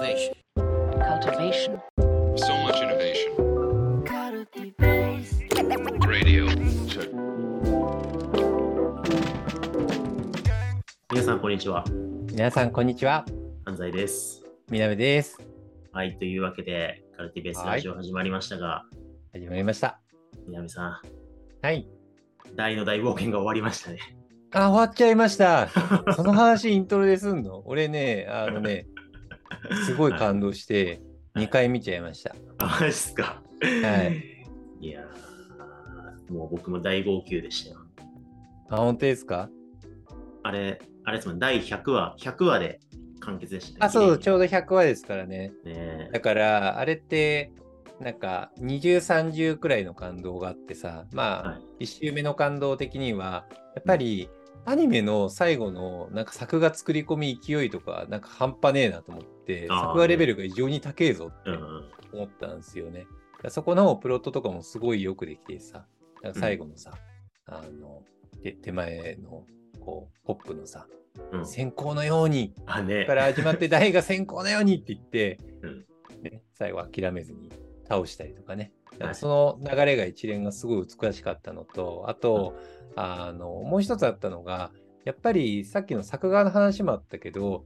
Cultivation. Cultivation. So much innovation. Radio. Check. 皆さんこんにちは。 皆さんこんにちは。 安西です。 南部です。 はい、というわけでカルティベースラジオ始まりましたが、 始まりました。 南さん、 はい。 大の大冒険が終わりましたね。 あ、終わっちゃいました。その話イントロですんの？俺ね、すごい感動して2回見ちゃいました。 あ、マジっすか。 はい。 いやー、もう僕も大号泣でしたよ。 あ、本当ですか？ あれですもん、第100話で完結でしたね。 あ、そう、ちょうど100話ですからね。 ね。 だから、あれって、なんか20、30くらいの感動があってさ、まあ、1周目の感動的には、やっぱりアニメの最後のなんか作画作り込み勢いとか、なんか半端ねえなと思って、作画レベルが異常に高えぞって思ったんですよね。そこのプロットとかもすごいよくできてさ、なんか最後のさ、手前のこうポップのさ、閃光のようにから始まって大が閃光のようにって言って、ね、最後諦めずに倒したりとかね、その流れが一連がすごい美しかったのと、あと、もう一つあったのが、やっぱりさっきの作画の話もあったけど、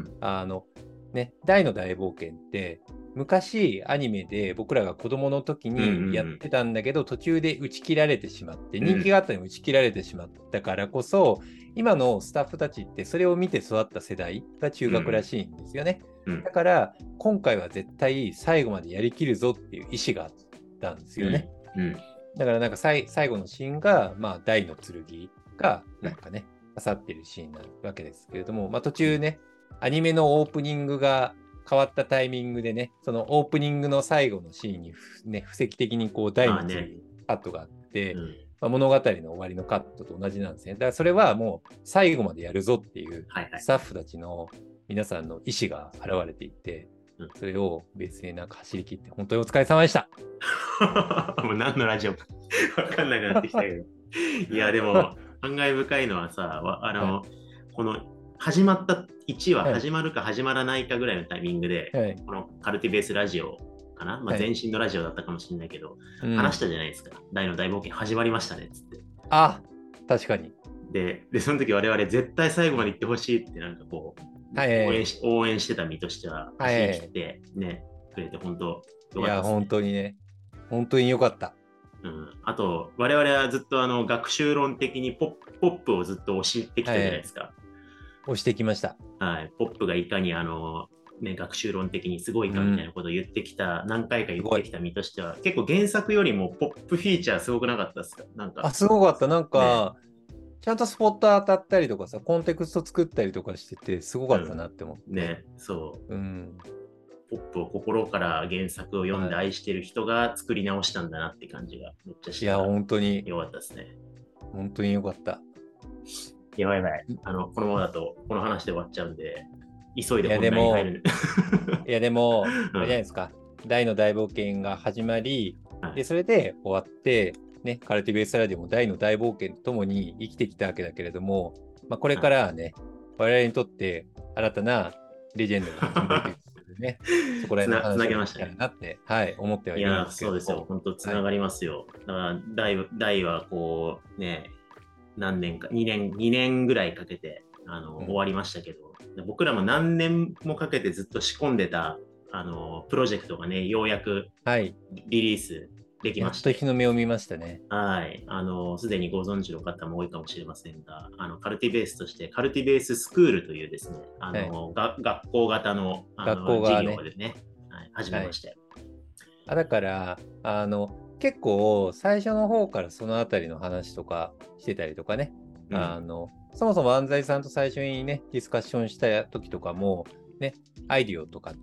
大の大冒険って昔アニメで僕らが子供の時にやってたんだけど、途中で打ち切られてしまって、人気があったのに打ち切られてしまったからこそ、今のスタッフたちってそれを見て育った世代が中学らしいんですよね。だから今回は絶対最後までやりきるぞっていう意思があったんですよね。だからなんか最後のシーンが、まあ、大の剣がなんかね、刺さってるシーンなわけですけれども、まあ、途中ね、アニメのオープニングが変わったタイミングでね、そのオープニングの最後のシーンにね、布石的にこう大の剣カットがあって、物語の終わりのカットと同じなんですね。だからそれはもう最後までやるぞっていうスタッフたちの皆さんの意思が現れていて、それを別になんか走り切って本当にお疲れ様でした。 もう何のラジオか分かんなくなってきたけど。いやでも感慨深いのはさ、この始まった1話始まるか始まらないかぐらいのタイミングで、このカルティベースラジオかな、まあ、前身のラジオだったかもしれないけど、話したじゃないですか。大の大冒険始まりましたねっつって。 あ、確かに。 でその時我々絶対最後まで行ってほしいってなんかこう、応援してた身としては走り切ってね、くれて本当よかったですね。 いや本当にね、本当によかった。 あと我々はずっと学習論的にポップをずっと押してきたじゃないですか。 押してきました。 はい、ポップがいかに学習論的にすごいかみたいなことを言ってきた、何回か言ってきた身としては、結構原作よりもポップフィーチャーすごくなかったですか？なんかすごかった。なんか、ちゃんとスポット当たったりとかさ、コンテクスト作ったりとかしてて、すごかったなって思って。 ね、そう。ポップを心から原作を読んで愛してる人が作り直したんだなって感じがめっちゃして。 いや、本当に。 よかったですね。 本当によかった。 やばい。このままだとこの話で終わっちゃうんで、急いで本題に入る。 いやでも、あれじゃないですか。大の大冒険が始まり、で、それで終わって、ね、カルティベースラジオも大の大冒険とともに生きてきたわけだけれども、まあ、これからはね、我々にとって新たなレジェンドが始まるということでね、そこら辺の話をしたいなって、思ってはいるんですけど。 いや、そうですよ。本当つながりますよ。だから大はこう、ね、何年か、2年ぐらいかけて終わりましたけど、僕らも何年もかけてずっと仕込んでたプロジェクトがね、ようやくリリースできました。 やっと日の目を見ましたね。 はい。すでにご存知の方も多いかもしれませんが、カルティベースとして、カルティベーススクールというですね、学校型の、授業でね、始めましたよ。 だから、結構最初の方からそのあたりの話とかしてたりとかね、そもそも安西さんと最初にね、ディスカッションした時とかも、ね、アイディオとかって、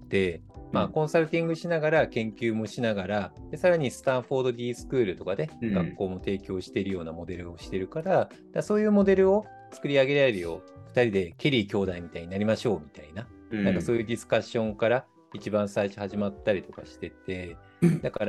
まあ、コンサルティングしながら研究もしながら、でさらにスタンフォード D スクールとかで、学校も提供しているようなモデルをしているから、そういうモデルを作り上げられるよう、2人でケリー兄弟みたいになりましょうみたいな、なんかそういうディスカッションから一番最初始まったりとかしてて、だから、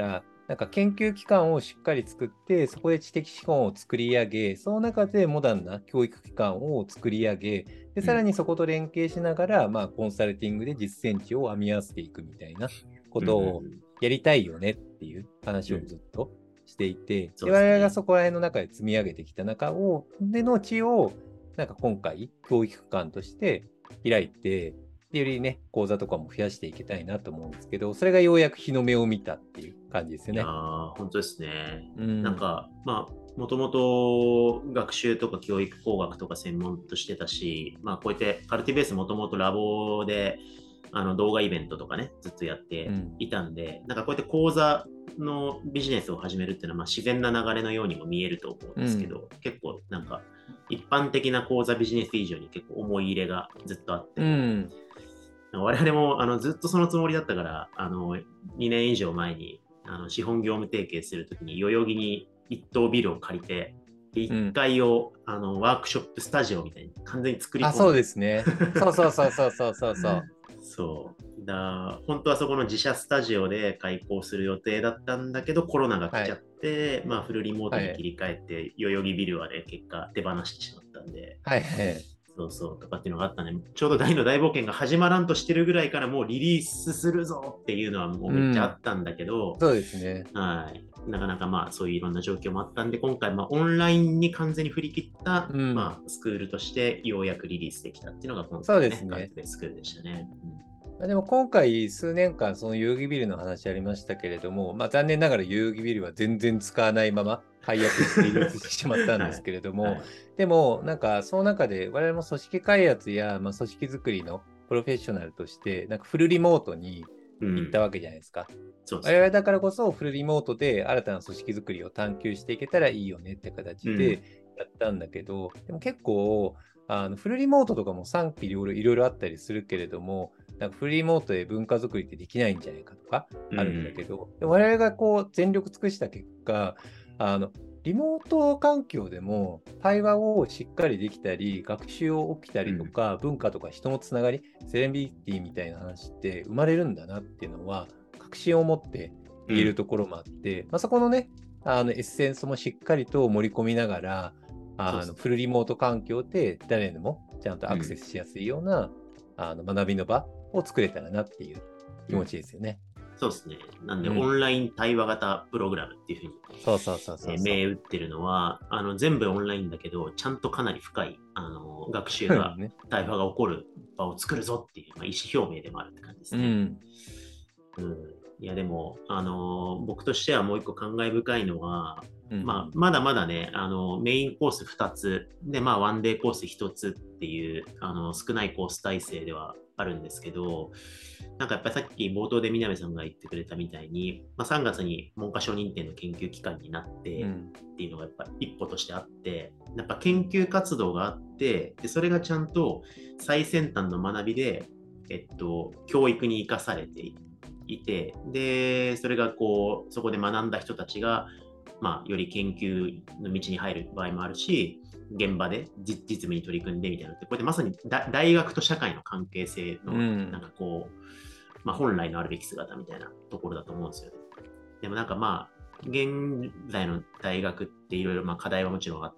なんか研究機関をしっかり作って、そこで知的資本を作り上げ、その中でモダンな教育機関を作り上げ、でさらにそこと連携しながら、コンサルティングで実践値を編み合わせていくみたいなことをやりたいよねっていう話をずっとしていて、で我々がそこら辺の中で積み上げてきた中での知を、なんか今回、教育機関として開いて、でよりね、講座とかも増やしていきたいなと思うんですけど、それがようやく日の目を見たっていう感じですよね。 本当ですね。なんか、もともと学習とか教育工学とか専門としてたし、こうやってカルティベースもともとラボで動画イベントとかね、ずっとやっていたんで、なんかこうやって講座のビジネスを始めるっていうのは、自然な流れのようにも見えると思うんですけど、結構なんか一般的な講座ビジネス以上に結構思い入れがずっとあって、我々もずっとそのつもりだったから、2年以上前に資本業務提携するときに代々木に一棟ビルを借りて、1階をワークショップスタジオみたいに完全に作り込んで。 そうですね。 そう本当はそこの自社スタジオで開講する予定だったんだけど、コロナが来ちゃって、フルリモートに切り替えて、代々木ビルはね、結果手放してしまったんで、とかっていうのがあったね。ちょうど大の大冒険が始まらんとしてるぐらいからもうリリースするぞっていうのはもうめっちゃあったんだけど、 そうですね。 はい。なかなかそういういろんな状況もあったんで、今回オンラインに完全に振り切った、スクールとしてようやくリリースできたっていうのが今回ね、カルティベスクールでしたね。 でも今回数年間その代々木ビルの話ありましたけれども、残念ながら代々木ビルは全然使わないまま解約してリリースしてしまったんですけれども、でもなんかその中で我々も組織開発や、組織づくりのプロフェッショナルとしてなんかフルリモートに行ったわけじゃないですか。我々だからこそフルリモートで新たな組織づくりを探求していけたらいいよねって形でやったんだけど、でも結構フルリモートとかも賛否両論いろいろあったりするけれども、なんかフルリモートで文化づくりってできないんじゃないかとかあるんだけど、我々がこう全力尽くした結果、リモート環境でも対話をしっかりできたり、学習を起きたりとか、文化とか人のつながり、セレンディピティみたいな話って生まれるんだなっていうのは、確信を持って言えるところもあって、そこのね、エッセンスもしっかりと盛り込みながら、フルリモート環境で誰でもちゃんとアクセスしやすいような、学びの場を作れたらなっていう気持ちですよね。 そうですね。なんで、オンライン対話型プログラムっていうふうに銘打ってるのは、全部オンラインだけど、ちゃんとかなり深い学習が、対話が起こる場を作るぞっていう、意思表明でもあるって感じですね。いや、でも、僕としてはもう一個感慨深いのは、まだまだね、メインコース2つで、ワンデーコース1つっていう少ないコース体制ではあるんですけど、なんかやっぱりさっき冒頭で南さんが言ってくれたみたいに、3月に文科省認定の研究機関になってっていうのがやっぱ一歩としてあって、やっぱ研究活動があって、でそれがちゃんと最先端の学びで、教育に生かされていて、でそれがこうそこで学んだ人たちがより研究の道に入る場合もあるし、現場で実務に取り組んでみたいなのって、これでまさに大学と社会の関係性のなんかこう、本来のあるべき姿みたいなところだと思うんですよね。でもなんか現在の大学っていろいろ課題はもちろんあって、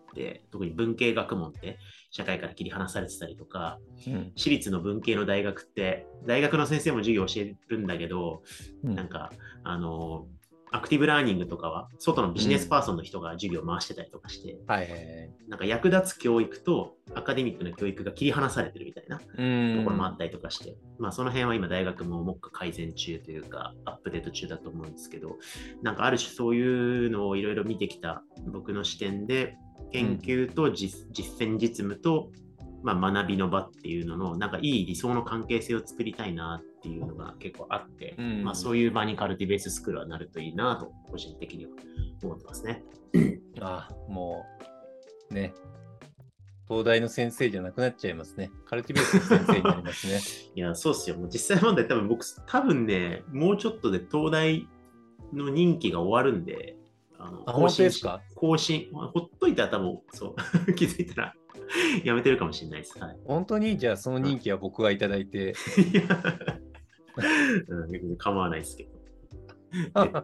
特に文系学問って社会から切り離されてたりとか、私立の文系の大学って大学の先生も授業を教えるんだけど、なんかアクティブラーニングとかは外のビジネスパーソンの人が授業を回してたりとかして、なんか役立つ教育とアカデミックな教育が切り離されてるみたいなところもあったりとかして、その辺は今大学も目下改善中というかアップデート中だと思うんですけど、なんかある種そういうのをいろいろ見てきた僕の視点で、研究と実践実務と学びの場っていうののなんかいい理想の関係性を作りたいなっていうのが結構あって、そういう場にカルティベーススクールはなるといいなと個人的には思ってますね。 もうね、東大の先生じゃなくなっちゃいますね。カルティベースの先生になりますね。 いや、そうっすよ。もう実際問題多分ね、もうちょっとで東大の任期が終わるんで、 本当ですか？ 更新、ほっといたら多分そう気づいたらやめてるかもしれないです。 本当に？じゃあその任期は僕がいただいて。 いや構わないですけど。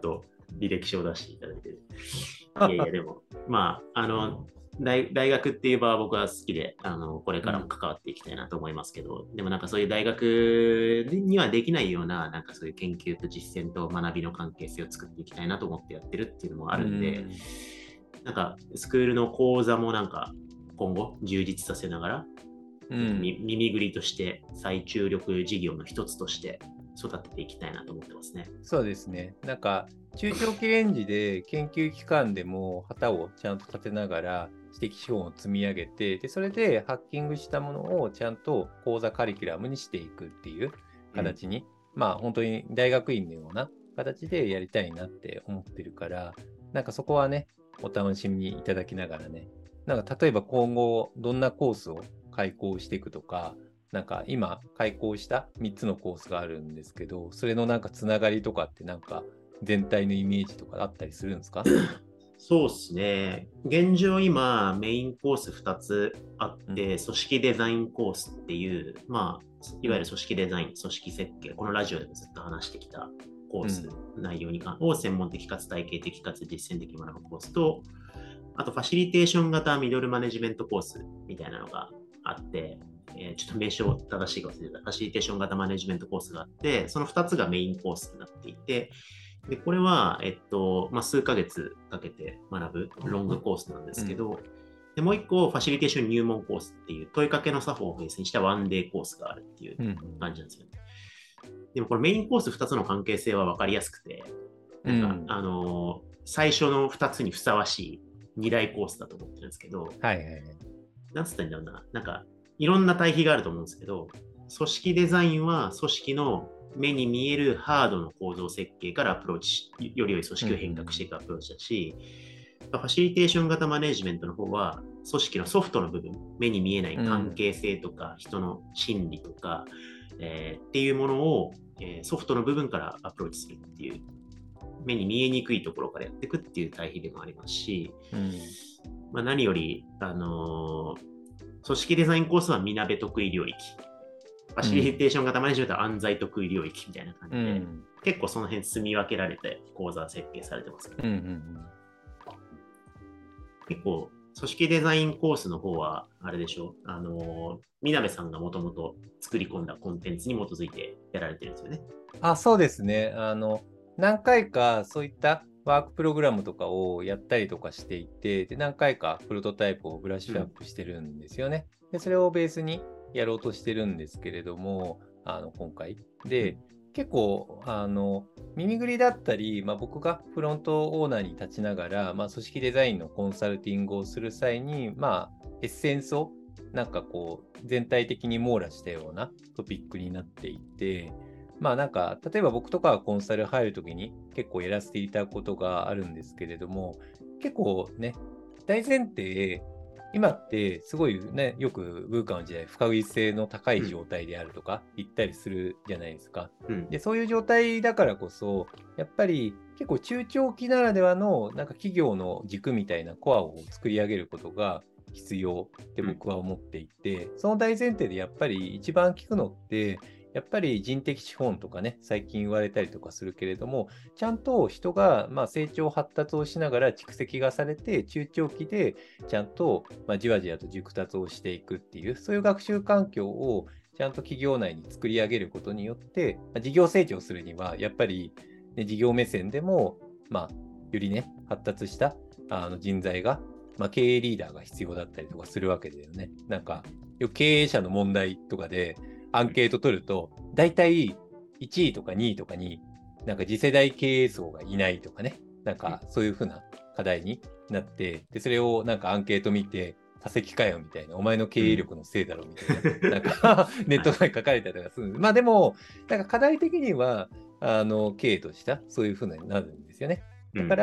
履歴書を出していただいて。いやいや、でも、まあ、大学っていう場は僕は好きで、これからも関わっていきたいなと思いますけど、でもなんかそういう大学にはできないような、なんかそういう研究と実践と学びの関係性を作っていきたいなと思ってやってるっていうのもあるんで、なんかスクールの講座もなんか今後充実させながら、耳ぐりとして再注力事業の一つとして育てていきたいなと思ってますね。 そうですね。なんか中長期レンジで研究機関でも旗をちゃんと立てながら知的資本を積み上げて、でそれでハッキングしたものをちゃんと講座カリキュラムにしていくっていう形に、まあ本当に大学院のような形でやりたいなって思ってるから、なんかそこはね、お楽しみにいただきながらね、なんか例えば今後どんなコースを開講していくとか、なんか今開講した3つのコースがあるんですけど、それのなんかつながりとかってなんか全体のイメージとかあったりするんですか？ そうですね。現状今メインコース2つあって、組織デザインコースっていう、まあ、いわゆる組織デザイン、組織設計、このラジオでもずっと話してきたコース、内容を専門的かつ体系的かつ実践的に学ぶコースと、あとファシリテーション型ミドルマネジメントコースみたいなのがあって、ちょっと名称正しいか忘れてた、ファシリテーション型マネジメントコースがあって、その2つがメインコースになっていて、でこれは、数ヶ月かけて学ぶロングコースなんですけど、でもう一個、ファシリテーション入門コースっていう問いかけの作法をベースにしたワンデーコースがあるっていう感じなんですよね。でもこれメインコース2つの関係性は分かりやすくて、なんか、最初の2つにふさわしい2大コースだと思ってるんですけど、なんつったらいいんだろうな、なんかいろんな対比があると思うんですけど、組織デザインは組織の目に見えるハードの構造設計からアプローチ、より良い組織を変革していくアプローチだし、ファシリテーション型マネジメントの方は組織のソフトの部分、目に見えない関係性とか、人の心理とか、っていうものを、ソフトの部分からアプローチするっていう、目に見えにくいところからやっていくっていう対比でもありますし、まあ、何より、組織デザインコースはみなべ得意領域。ファシリテーション型マネジメントは安西得意領域みたいな感じで、結構その辺住み分けられて講座設計されてますけど、結構組織デザインコースの方はあれでしょう、みなべさんがもともと作り込んだコンテンツに基づいてやられてるんですよね。 そうですね。何回かそういったワークプログラムとかをやったりとかしていて、で何回かプロトタイプをブラッシュアップしてるんですよね。でそれをベースにやろうとしてるんですけれども、今回。で、結構、耳ぐりだったり、僕がフロントオーナーに立ちながら、組織デザインのコンサルティングをする際に、エッセンスをなんかこう、全体的に網羅したようなトピックになっていて、なんか、例えば僕とかがコンサル入るときに結構やらせていただくことがあるんですけれども、結構ね、大前提、今ってすごいね、よくブーカの時代、不確実性の高い状態であるとか言ったりするじゃないですか。で、そういう状態だからこそ、やっぱり結構中長期ならではのなんか企業の軸みたいなコアを作り上げることが必要って僕は思っていて、その大前提でやっぱり一番効くのって、やっぱり人的資本とかね、最近言われたりとかするけれども、ちゃんと人が成長発達をしながら蓄積がされて、中長期でちゃんとじわじわと熟達をしていくっていう、そういう学習環境をちゃんと企業内に作り上げることによって、事業成長するには、やっぱり、ね、事業目線でも、よりね、発達した人材が、経営リーダーが必要だったりとかするわけだよね。なんか、経営者の問題とかで、アンケート取ると、だいたい1位とか2位とかに、なんか次世代経営層がいないとかね、なんかそういうふうな課題になって、で、それをなんかアンケート見て、多席かよみたいな、お前の経営力のせいだろみたいな、なんかネットとかに書かれたりとかする。でも、なんか課題的には、経営としたそういうふうになるんですよね。だから、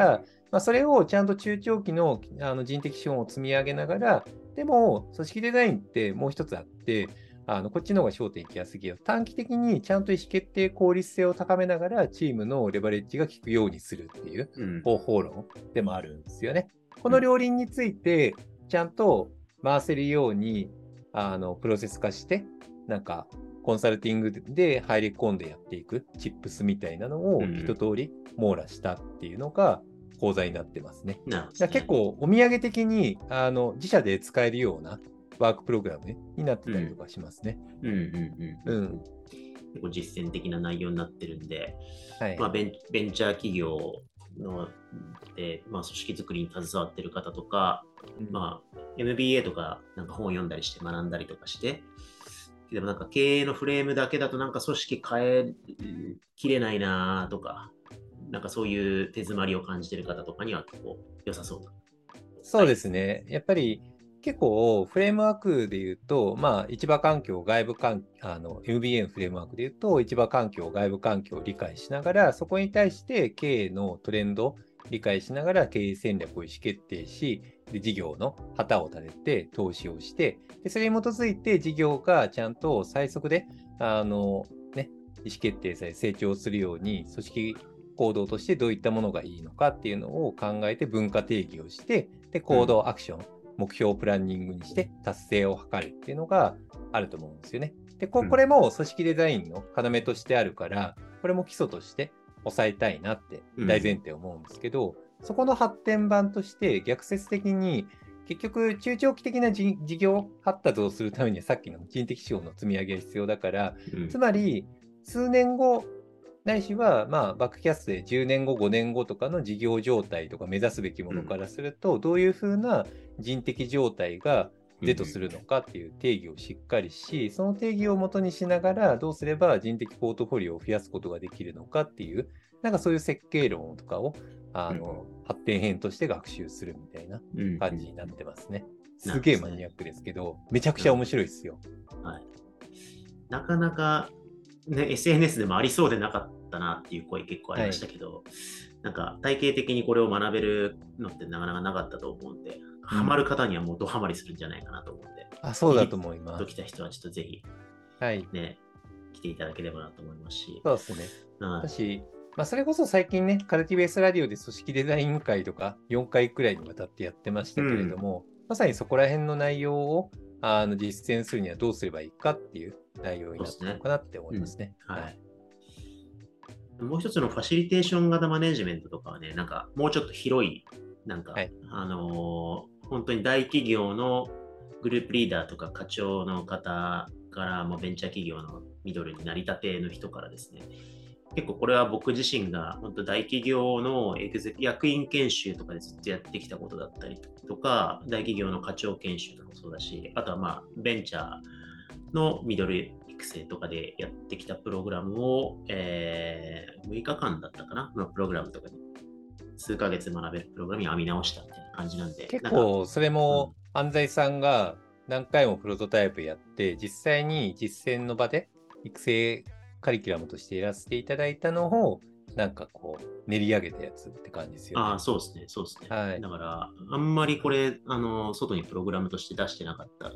それをちゃんと中長期の人的資本を積み上げながら、でも、組織デザインってもう一つあって、こっちの方が焦点いきやすいけど、短期的にちゃんと意思決定効率性を高めながら、チームのレバレッジが効くようにするっていう方法論でもあるんですよね。この両輪について、ちゃんと回せるように、プロセス化して、なんか、 コンサルティングで入り込んでやっていくチップスみたいなのを一通り網羅したっていうのが講座になってますね。 なるほどね。 だから結構お土産的に自社で使えるようなワークプログラム、ね、になってたりとかしますね。 結構実践的な内容になってるんで、 はい。 まあ、ベンチャー企業ので、まあ、組織作りに携わってる方とか、まあ、MBA とかなんか本を読んだりして学んだりとかして、でもなんか経営のフレームだけだとなんか組織変えきれないなとか、なんかそういう手詰まりを感じてる方とかには結構良さそうだ。 そうですね。やっぱり結構フレームワークで言うと、まあ、市場環境、外部環境、MBA のフレームワークで言うと、市場環境、外部環境を理解しながら、そこに対して経営のトレンドを理解しながら経営戦略を意思決定し、で事業の旗を立てて投資をして、でそれに基づいて事業がちゃんと最速で意思決定さえ成長するように、組織行動としてどういったものがいいのかっていうのを考えて文化定義をして、で行動、アクション、目標をプランニングにして達成を図るっていうのがあると思うんですよね。で、これも組織デザインの要としてあるから、これも基礎として押さえたいなって大前提思うんですけど、そこの発展版として逆説的に結局中長期的な事業発達をするためにはさっきの人的資本の積み上げが必要だから、つまり数年後ないしは、まあ、バックキャストで10年後、5年後とかの事業状態とか目指すべきものからすると、どういうふうな人的状態が是とするのかっていう定義をしっかりし、その定義を元にしながら、どうすれば人的ポートフォリオを増やすことができるのかっていう、なんかそういう設計論とかを発展編として学習するみたいな感じになってますね。すげえマニアックですけど、めちゃくちゃ面白いですよ。 はい、なかなか、ね、SNS でもありそうでなかったなっていう声結構ありましたけど、なんか体系的にこれを学べるのってなかなかなかったと思うんで、ハマる方にはもうドハマりするんじゃないかなと思うんで、 そうだと思います。 と来た人はちょっとぜひ、 はいね、来ていただければなと思いますし。 そうですね。私、それこそ最近ね、カルティベースラディオで組織デザイン会とか4回くらいにわたってやってましたけれども、まさにそこら辺の内容を実践するにはどうすればいいかっていう内容になってるのかなって思いますね。 もう一つのファシリテーション型マネジメントとかはね、なんかもうちょっと広い、なんか、本当に大企業のグループリーダーとか課長の方からもベンチャー企業のミドルになりたての人からですね、結構これは僕自身が本当大企業の役員研修とかでずっとやってきたことだったりとか、大企業の課長研修とかもそうだし、あとはまあベンチャーのミドル育成とかでやってきたプログラムを、6日間だったかなのプログラムとかに数ヶ月学べるプログラムに編み直したみたいな感じなんで、 結構それも安西さんが何回もプロトタイプやって実際に実践の場で育成カリキュラムとしてやらせていただいたのをなんかこう練り上げたやつって感じですよね。 そうですね、そうですね。 はい、 だからあんまりこれ外にプログラムとして出してなかった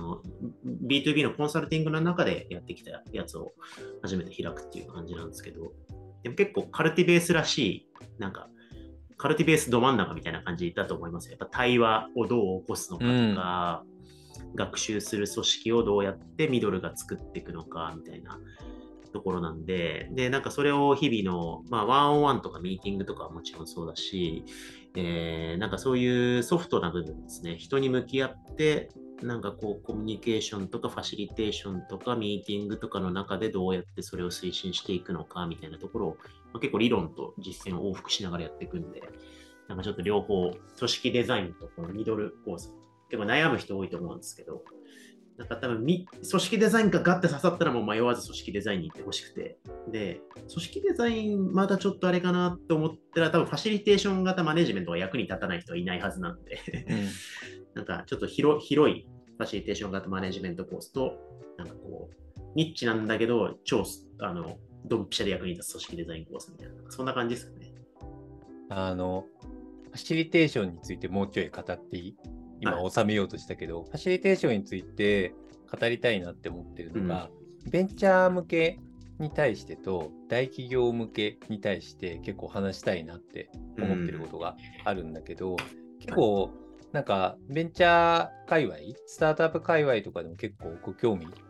B2B のコンサルティングの中でやってきたやつを初めて開くっていう感じなんですけど、でも結構カルティベースらしい、なんかカルティベースど真ん中みたいな感じだと思いますよ。やっぱ対話をどう起こすのかとか、学習する組織をどうやってミドルが作っていくのかみたいなところなんで、なんかそれを日々の、ワンオンワンとかミーティングとかはもちろんそうだし、なんかそういうソフトな部分ですね、人に向き合って、なんかこうコミュニケーションとかファシリテーションとかミーティングとかの中でどうやってそれを推進していくのかみたいなところを、結構理論と実践を往復しながらやっていくんで、なんかちょっと両方、組織デザインとこのミドルコース、結構悩む人多いと思うんですけど、なんか多分組織デザインがガッて刺さったらもう迷わず組織デザインに行ってほしくて、で、組織デザインまだちょっとあれかなって思ったら多分ファシリテーション型マネジメントが役に立たない人はいないはずなんで、なんかちょっと広いファシリテーション型マネジメントコースと、なんかこう、ニッチなんだけど、超、ドンピシャで役に立つ組織デザインコースみたいな、そんな感じですかね。 ファシリテーションについてもうちょい語っていい？今収めようとしたけど、ファシリテーションについて語りたいなって思ってるのが、ベンチャー向けに対してと大企業向けに対して結構話したいなって思ってることがあるんだけど、結構なんかベンチャー界隈、スタートアップ界隈とかでも結構ご興味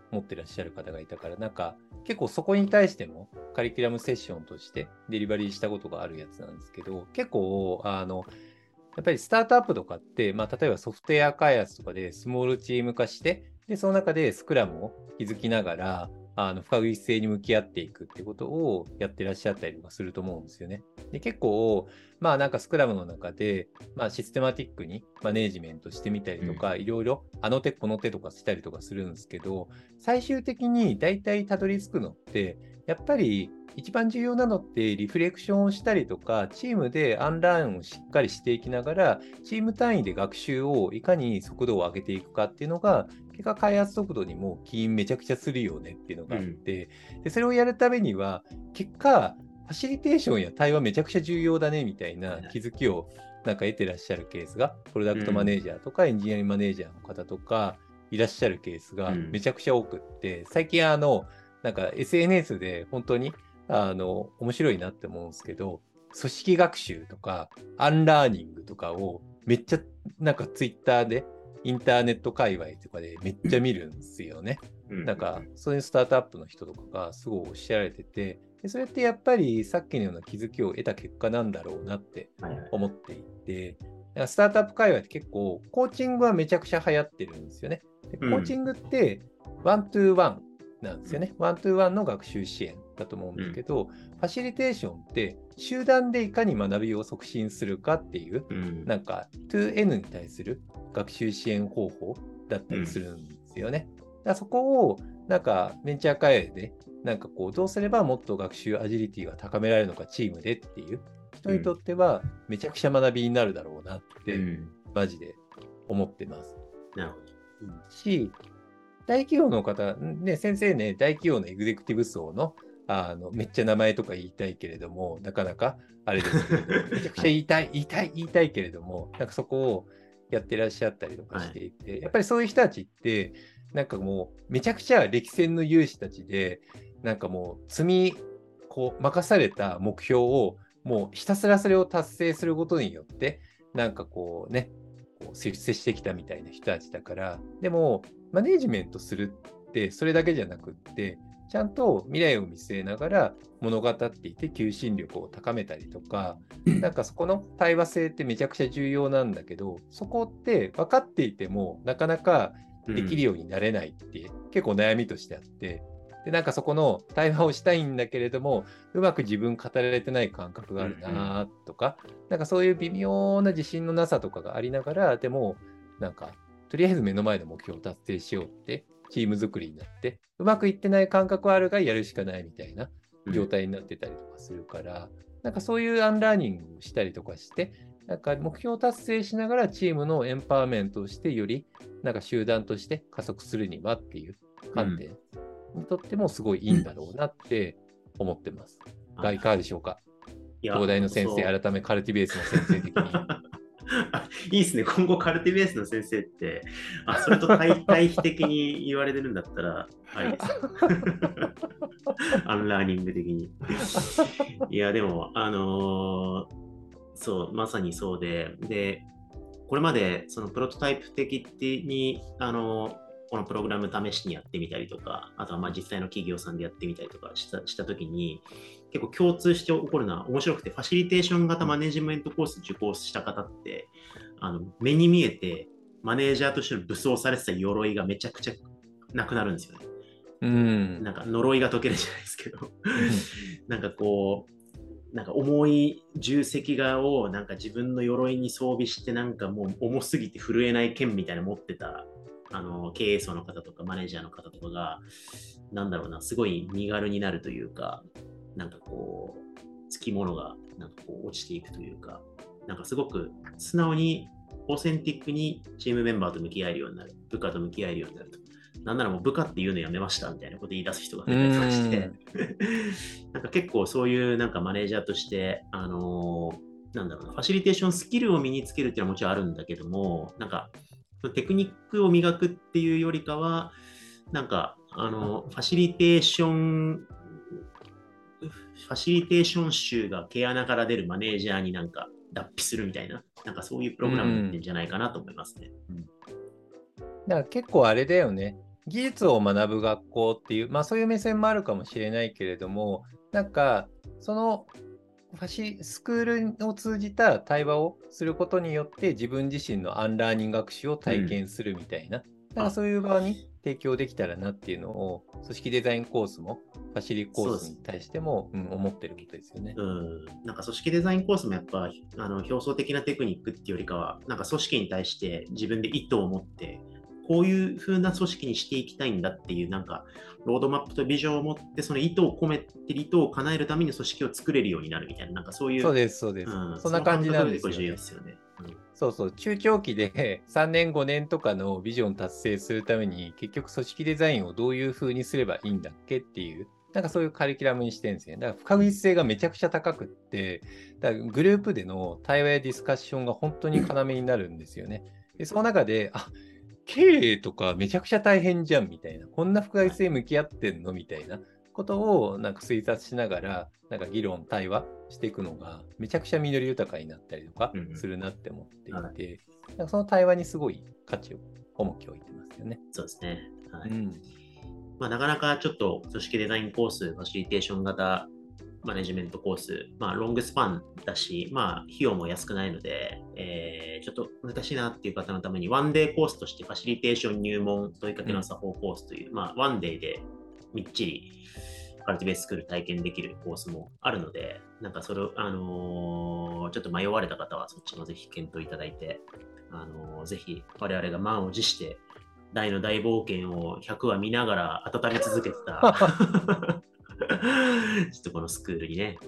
持ってらっしゃる方がいたから、なんか結構そこに対してもカリキュラムセッションとしてデリバリーしたことがあるやつなんですけど、結構やっぱりスタートアップとかって、例えばソフトウェア開発とかでスモールチーム化して、でその中でスクラムを築きながら不確実性に向き合っていくっていうことをやってらっしゃったりとかすると思うんですよね。で結構なんかスクラムの中で、システマティックにマネージメントしてみたりとか、いろいろあの手この手とかしたりとかするんですけど、最終的に大体たどり着くのってやっぱり一番重要なのってリフレクションをしたりとか、チームでアンラーンをしっかりしていきながら、チーム単位で学習をいかに速度を上げていくかっていうのが、結果開発速度にも起因めちゃくちゃするよねっていうのがあって、でそれをやるためには、結果、ファシリテーションや対話めちゃくちゃ重要だねみたいな気づきをなんか得てらっしゃるケースが、プロダクトマネージャーとかエンジニアリングマネージャーの方とかいらっしゃるケースがめちゃくちゃ多くって、最近なんか SNS で本当に面白いなって思うんですけど、組織学習とかアンラーニングとかをめっちゃなんかツイッターでインターネット界隈とかでめっちゃ見るんですよね。なんかそういうスタートアップの人とかがすごいおっしゃられてて、でそれってやっぱりさっきのような気づきを得た結果なんだろうなって思っていて、スタートアップ界隈って結構コーチングはめちゃくちゃ流行ってるんですよね。でコーチングってワントゥーワンなんですよね。ワントゥーワンの学習支援だと思うんですけど、ファシリテーションって集団でいかに学びを促進するかっていう、なんか 2N に対する学習支援方法だったりするんですよね。だからそこをなんかベンチャー界でなんかこうどうすればもっと学習アジリティが高められるのかチームでっていう人にとってはめちゃくちゃ学びになるだろうなってマジで思ってます。 なるほど。 し、大企業の方、ね、先生ね、大企業のエグゼクティブ層のめっちゃ名前とか言いたいけれども、なかなかあれですけれど、めちゃくちゃ言いたいけれども、なんかそこをやってらっしゃったりとかしていて、やっぱりそういう人たちって、なんかもうめちゃくちゃ歴戦の勇士たちで、なんかもうこう任された目標をもうひたすらそれを達成することによって、なんかこうね、出世してきたみたいな人たちだから、でもマネージメントするってそれだけじゃなくって、ちゃんと未来を見据えながら物語っていて求心力を高めたりとか、なんかそこの対話性ってめちゃくちゃ重要なんだけど、そこって分かっていてもなかなかできるようになれないって結構悩みとしてあって、でなんかそこの対話をしたいんだけれども、うまく自分語られてない感覚があるなとか、なんかそういう微妙な自信のなさとかがありながら、でもなんかとりあえず目の前の目標を達成しようってチーム作りになって、うまくいってない感覚はあるがやるしかないみたいな状態になってたりとかするから、なんかそういうアンラーニングをしたりとかして、なんか目標達成しながらチームのエンパワーメントをして、よりなんか集団として加速するにはっていう観点にとってもすごいいいんだろうなって思ってます。がいかがでしょうか。東大の先生、改めカルティベースの先生的に。 いいですね。今後カルティベースの先生って、それと対比的に言われてるんだったら、ありです。アンラーニング的に。いや、でも、そう、まさにそうで、これまでそのプロトタイプ的に、このプログラム試しにやってみたりとか、あとは実際の企業さんでやってみたりとかしたときに、結構共通して起こるのは面白くて、ファシリテーション型マネジメントコース受講した方って、目に見えてマネージャーとしての武装されてた鎧がめちゃくちゃなくなるんですよね。なんか呪いが解けるじゃないですけど、なんかこう、なんか重い重責画をなんか自分の鎧に装備して、なんかもう重すぎて震えない剣みたいなの持ってた経営層の方とかマネージャーの方とかが、なんだろうな、すごい身軽になるというか、なんかこう、つきものがなんかこう落ちていくというか、なんかすごく素直にオーセンティックにチームメンバーと向き合えるようになる、部下と向き合えるようになると。なんならもう部下っていうのやめましたみたいなこと言い出す人が増えたりとかして、なんか結構そういうなんかマネージャーとして、なんだろうな、ファシリテーションスキルを身につけるっていうのはもちろんあるんだけども、なんかテクニックを磨くっていうよりかは、なんかファシリテーション集が毛穴から出るマネージャーになんか脱皮するみたいな、なんかそういうプログラムになってるんじゃないかなと思いますね。 だから結構あれだよね。 技術を学ぶ学校っていう、そういう目線もあるかもしれないけれども、なんか、そのスクールを通じた対話をすることによって自分自身のアンラーニング学習を体験するみたいな、なんかそういう場に提供できたらなっていうのを組織デザインコースもファシリコースに対しても、思ってることですよね。 なんか組織デザインコースもやっぱ表層的なテクニックっていうよりかは、なんか組織に対して自分で意図を持ってこういう風な組織にしていきたいんだっていうなんかロードマップとビジョンを持ってその意図を込めて意図を叶えるために組織を作れるようになるみたいな、なんかそういう。 そうです、そうです。そんな感じなんですよね。 重要ですよね。 そうそう、中長期で3年、5年とかのビジョン達成するために、結局組織デザインをどういう風にすればいいんだっけっていう、なんかそういうカリキュラムにしてるんですよね。だから不確実性がめちゃくちゃ高くって、だからグループでの対話やディスカッションが本当に要になるんですよね。で、その中で、経営とかめちゃくちゃ大変じゃんみたいな、こんな不確実性向き合ってんのみたいなことをなんか推察しながら、なんか議論、対話していくのがめちゃくちゃ実り豊かになったりとかするなって思っていて、なんかその対話にすごい価値を重きを置いてますよね。 そうですね。はい。なかなかちょっと組織デザインコース、ファシリテーション型マネジメントコース、ロングスパンだし、費用も安くないので、ちょっと難しいなっていう方のために、ワンデーコースとしてファシリテーション入門問いかけの作法コースという、ワンデーでみっちりカルティベートスクール体験できるコースもあるので、なんかそれを、ちょっと迷われた方はそっちもぜひ検討いただいて、ぜひ我々が満を持して大の大冒険を100話見ながら温め続けてたちょっとこのスクールにね、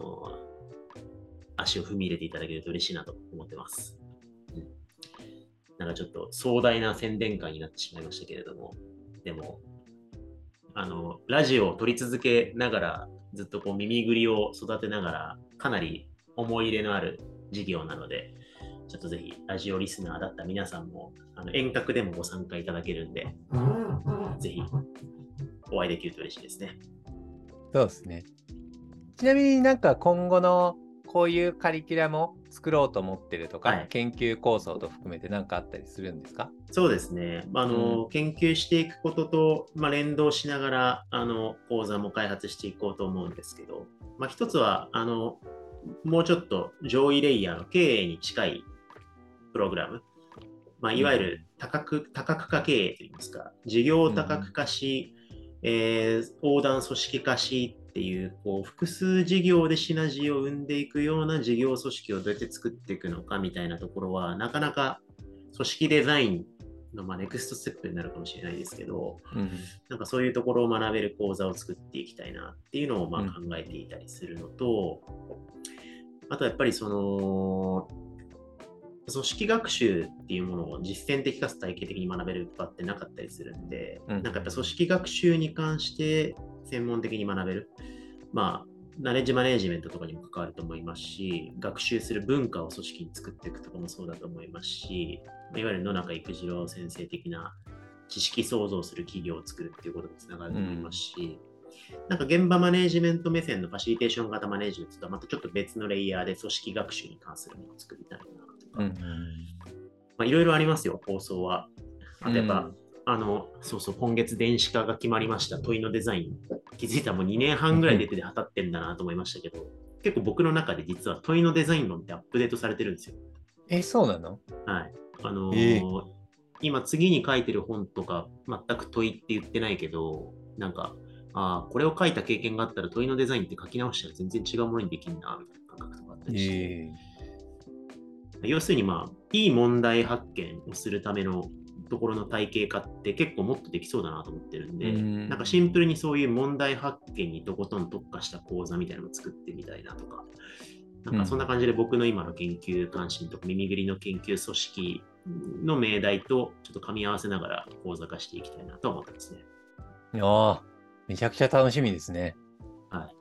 足を踏み入れていただけると嬉しいなと思ってます。なんかちょっと壮大な宣伝会になってしまいましたけれども、でも、ラジオを撮り続けながら、ずっとこう耳ぐりを育てながら、かなり思い入れのある事業なので、ちょっとぜひラジオリスナーだった皆さんも遠隔でもご参加いただけるんで、ぜひお会いできると嬉しいですね。 そうですね。ちなみになんか今後のこういうカリキュラムを作ろうと思ってるとか、研究構想と含めて何かあったりするんですか？ そうですね。研究していくことと、連動しながら講座も開発していこうと思うんですけど、一つはもうちょっと上位レイヤーの経営に近いプログラム、いわゆる多角化経営といいますか、事業を多角化し、横断組織化しっていう、複数事業でシナジーを生んでいくような事業組織をどうやって作っていくのかみたいなところは、なかなか組織デザインのネクストステップになるかもしれないですけど、なんかそういうところを学べる講座を作っていきたいなっていうのを考えていたりするのと、あとやっぱりその組織学習っていうものを実践的かつ体系的に学べる場ってなかったりするんで、なんかやっぱ組織学習に関して専門的に学べる、ナレッジマネジメントとかにも関わると思いますし、学習する文化を組織に作っていくとかもそうだと思いますし、いわゆる野中育次郎先生的な知識創造する企業を作るっていうことにつながると思いますし、なんか現場マネジメント目線のファシリテーション型マネジメントとはまたちょっと別のレイヤーで組織学習に関するものを作りたいなとか、いろいろありますよ、構想は。あとやっぱ、今月電子化が決まりました問いのデザイン。気づいたらもう2年半ぐらい出てはたってんだなと思いましたけど、結構僕の中で実は問いのデザイン論ってアップデートされてるんですよ。 そうなの？ はい。今次に書いてる本とか全く問いって言ってないけど、なんか、これを書いた経験があったら問いのデザインって書き直したら全然違うものにできるな、みたいな感覚とかあったりして。要するにいい問題発見をするためのところの体系化って結構もっとできそうだなと思ってるんで、なんかシンプルにそういう問題発見にとことん特化した講座みたいなのを作ってみたいなとか、なんかそんな感じで僕の今の研究関心とか耳ぐりの研究組織の命題とちょっと噛み合わせながら講座化していきたいなと思ってますね。 めちゃくちゃ楽しみですね。 はい。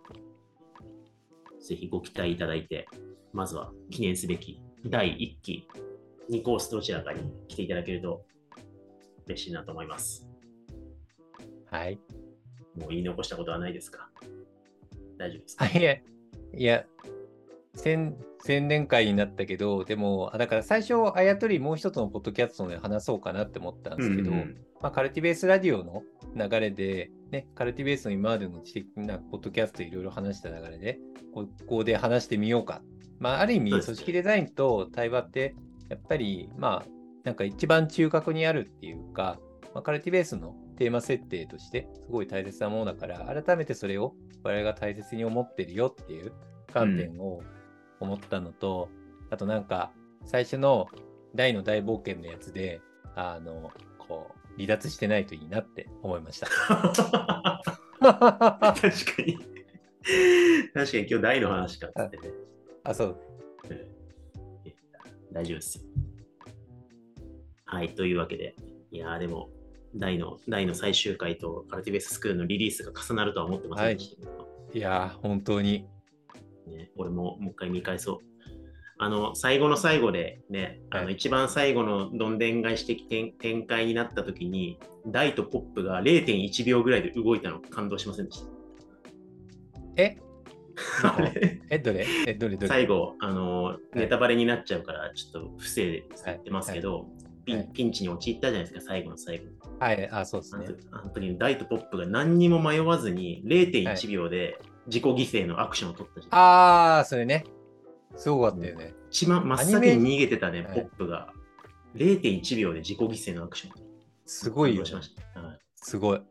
ぜひご期待いただいて、まずは記念すべき第1期2コースどちらかに来ていただけると嬉しいなと思います。 はい。 もう言い残したことはないですか？大丈夫ですか？ いや、 宣伝会になったけど、でも、だから最初、あやとりもう一つのポッドキャストで話そうかなって思ったんですけど、カルティベースラディオの流れで、ね、カルティベースの今までの知的なポッドキャストいろいろ話した流れで、ここで話してみようか。ある意味、組織デザインと対話って、やっぱり、なんか一番中核にあるっていうか、カルティベースのテーマ設定としてすごい大切なものだから、改めてそれを我々が大切に思ってるよっていう観点を思ったのと、あとなんか最初の大の大冒険のやつで、離脱してないといいなって思いました。 確かに。確かに今日大の話かっつってね。 そう。 大丈夫ですよ。はい、というわけで、いやでも、大の最終回とカルティベーススクールのリリースが重なるとは思ってませんでしたけど、 いや本当に。 ね、俺ももう一回見返そう。最後の最後でね、一番最後のどんでん返し的展開になった時に、大とポップが 0.1 秒ぐらいで動いたの感動しませんでした。 どれ最後、ネタバレになっちゃうからちょっと不正で言ってますけど、ピンチに陥ったじゃないですか、最後の最後。 そうですね。 あの時に大とポップが何にも迷わずに 0.1 秒で自己犠牲のアクションを取ったじゃん。 それね。すごかったよね。 一番真っ先に逃げてたね、ポップが 0.1 秒で自己犠牲のアクション。 すごいよ。すごい。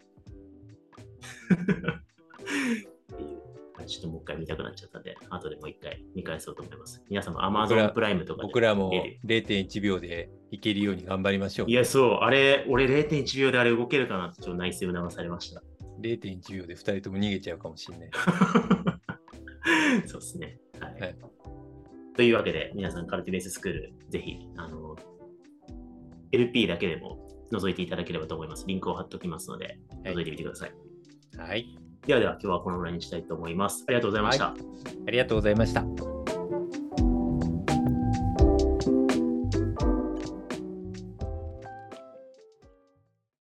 ちょっともう一回見たくなっちゃったんで、後でもう一回見返そうと思います。皆さんも Amazon プライムとかで僕らも 0.1 秒でいけるように頑張りましょう。 いや、そう、俺 0.1 秒であれ動けるかなってちょっと内政を流されました。 0.1 秒で2人とも逃げちゃうかもしれない。 そうですね。はい。というわけで、皆さんカルティベーススクール、ぜひ、LP だけでも覗いていただければと思います。リンクを貼っておきますので、覗いてみてください。 はい。 では今日はこのぐらいにしたいと思います。ありがとうございました。 ありがとうございました。